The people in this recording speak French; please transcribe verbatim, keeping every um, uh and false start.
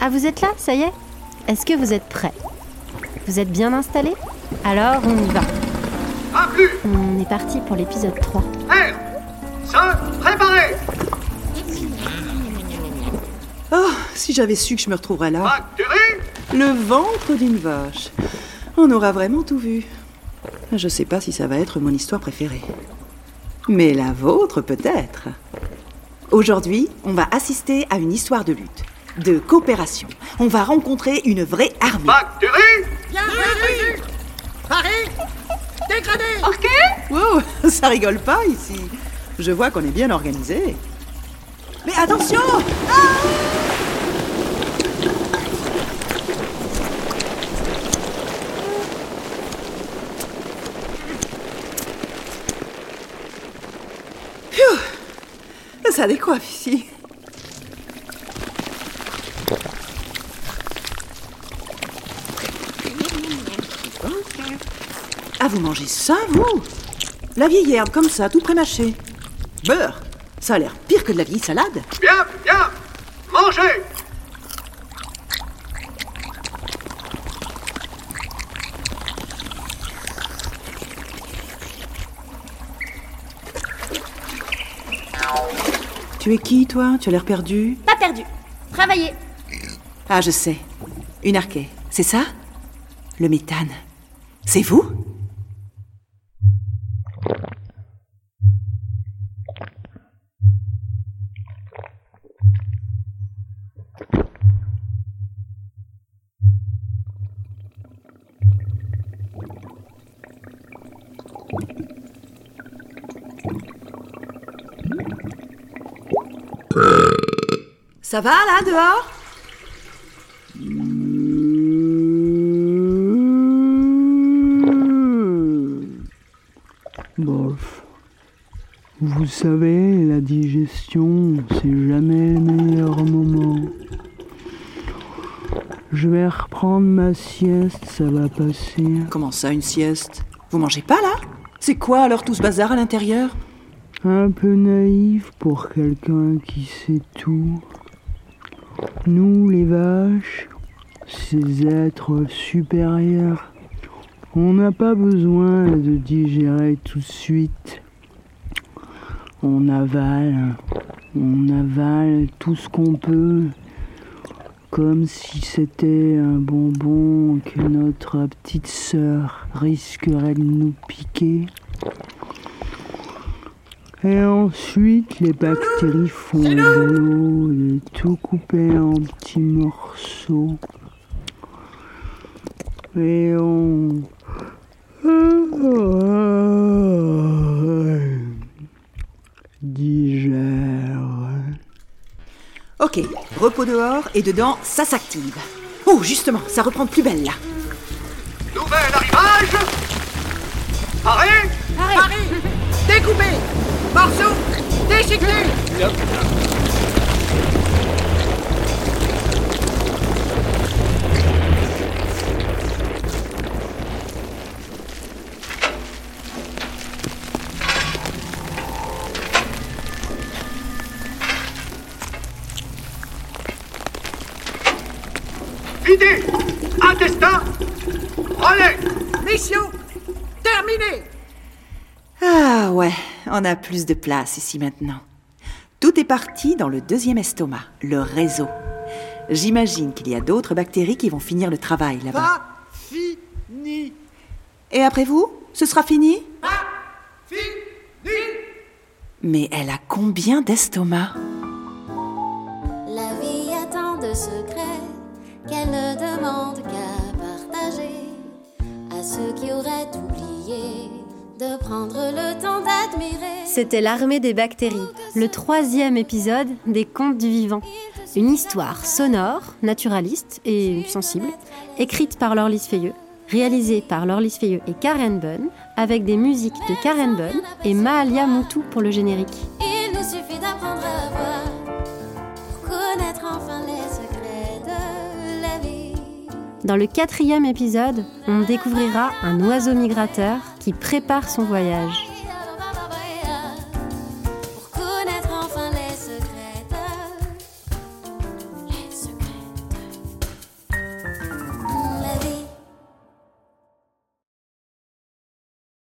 Ah, vous êtes là, ça y est? Est-ce que vous êtes prêts? Vous êtes bien installés? Alors, on y va. Pas plus. On est parti pour l'épisode trois. Air, se préparer. Oh, si j'avais su que je me retrouverais là. Bactéries. Le ventre d'une vache. On aura vraiment tout vu. Je sais pas si ça va être mon histoire préférée. Mais la vôtre, peut-être. Aujourd'hui, on va assister à une histoire de lutte, de coopération. On va rencontrer une vraie armée. Bactéries. Bienvenue. Paris. Dégradé. Ok. Wow, ça rigole pas ici. Je vois qu'on est bien organisé. Mais attention! Ah! Phew! Ça décoiffe ici. Ah, vous mangez ça, vous? La vieille herbe comme ça, tout prémâché. Beurre! Ça a l'air pire que de la vieille salade. Bien, bien. Mangez. Tu es qui, toi? Tu as l'air perdu. Pas perdu. Travaillez. Ah, je sais. Une archée, c'est ça? Le méthane. C'est vous? Ça va, là, dehors? Bof. Vous savez, la digestion, c'est jamais le meilleur moment. Je vais reprendre ma sieste, ça va passer. Comment ça, une sieste? Vous mangez pas, là? C'est quoi, alors, tout ce bazar à l'intérieur? Un peu naïf pour quelqu'un qui sait tout. Nous, les vaches, ces êtres supérieurs, on n'a pas besoin de digérer tout de suite. On avale, on avale tout ce qu'on peut, comme si c'était un bonbon que notre petite sœur risquerait de nous piquer. Et ensuite, les bactéries font le boulot de tout couper en petits morceaux. Et on... digère. Ok, repos dehors et dedans, ça s'active. Oh, justement, ça reprend de plus belle, là. Nouvel arrivage. Arrêt. Paris. Découpé. Morceaux. Déchiquetés. Vidé. Intestin. Relais. Mission terminée. Ah ouais, on a plus de place ici maintenant. Tout est parti dans le deuxième estomac, le réseau. J'imagine qu'il y a d'autres bactéries qui vont finir le travail là-bas. Pas fini. Et après vous, ce sera fini? Pas fini. Mais elle a combien d'estomacs? La vie a tant de secrets qu'elle ne demande qu'à partager à ceux qui auraient oublié de prendre le temps d'admirer. C'était l'Armée des bactéries, le troisième épisode des Contes du vivant. Une histoire sonore, naturaliste et sensible, écrite par Laure Lisfeilleux, réalisée par Laure Lisfeilleux et Karen Bunn, avec des musiques de Karen Bunn et Maalia Moutou pour le générique. Il nous suffit d'apprendre à voir pour connaître enfin les secrets de la vie. Dans le quatrième épisode, on découvrira un oiseau migrateur qui prépare son voyage.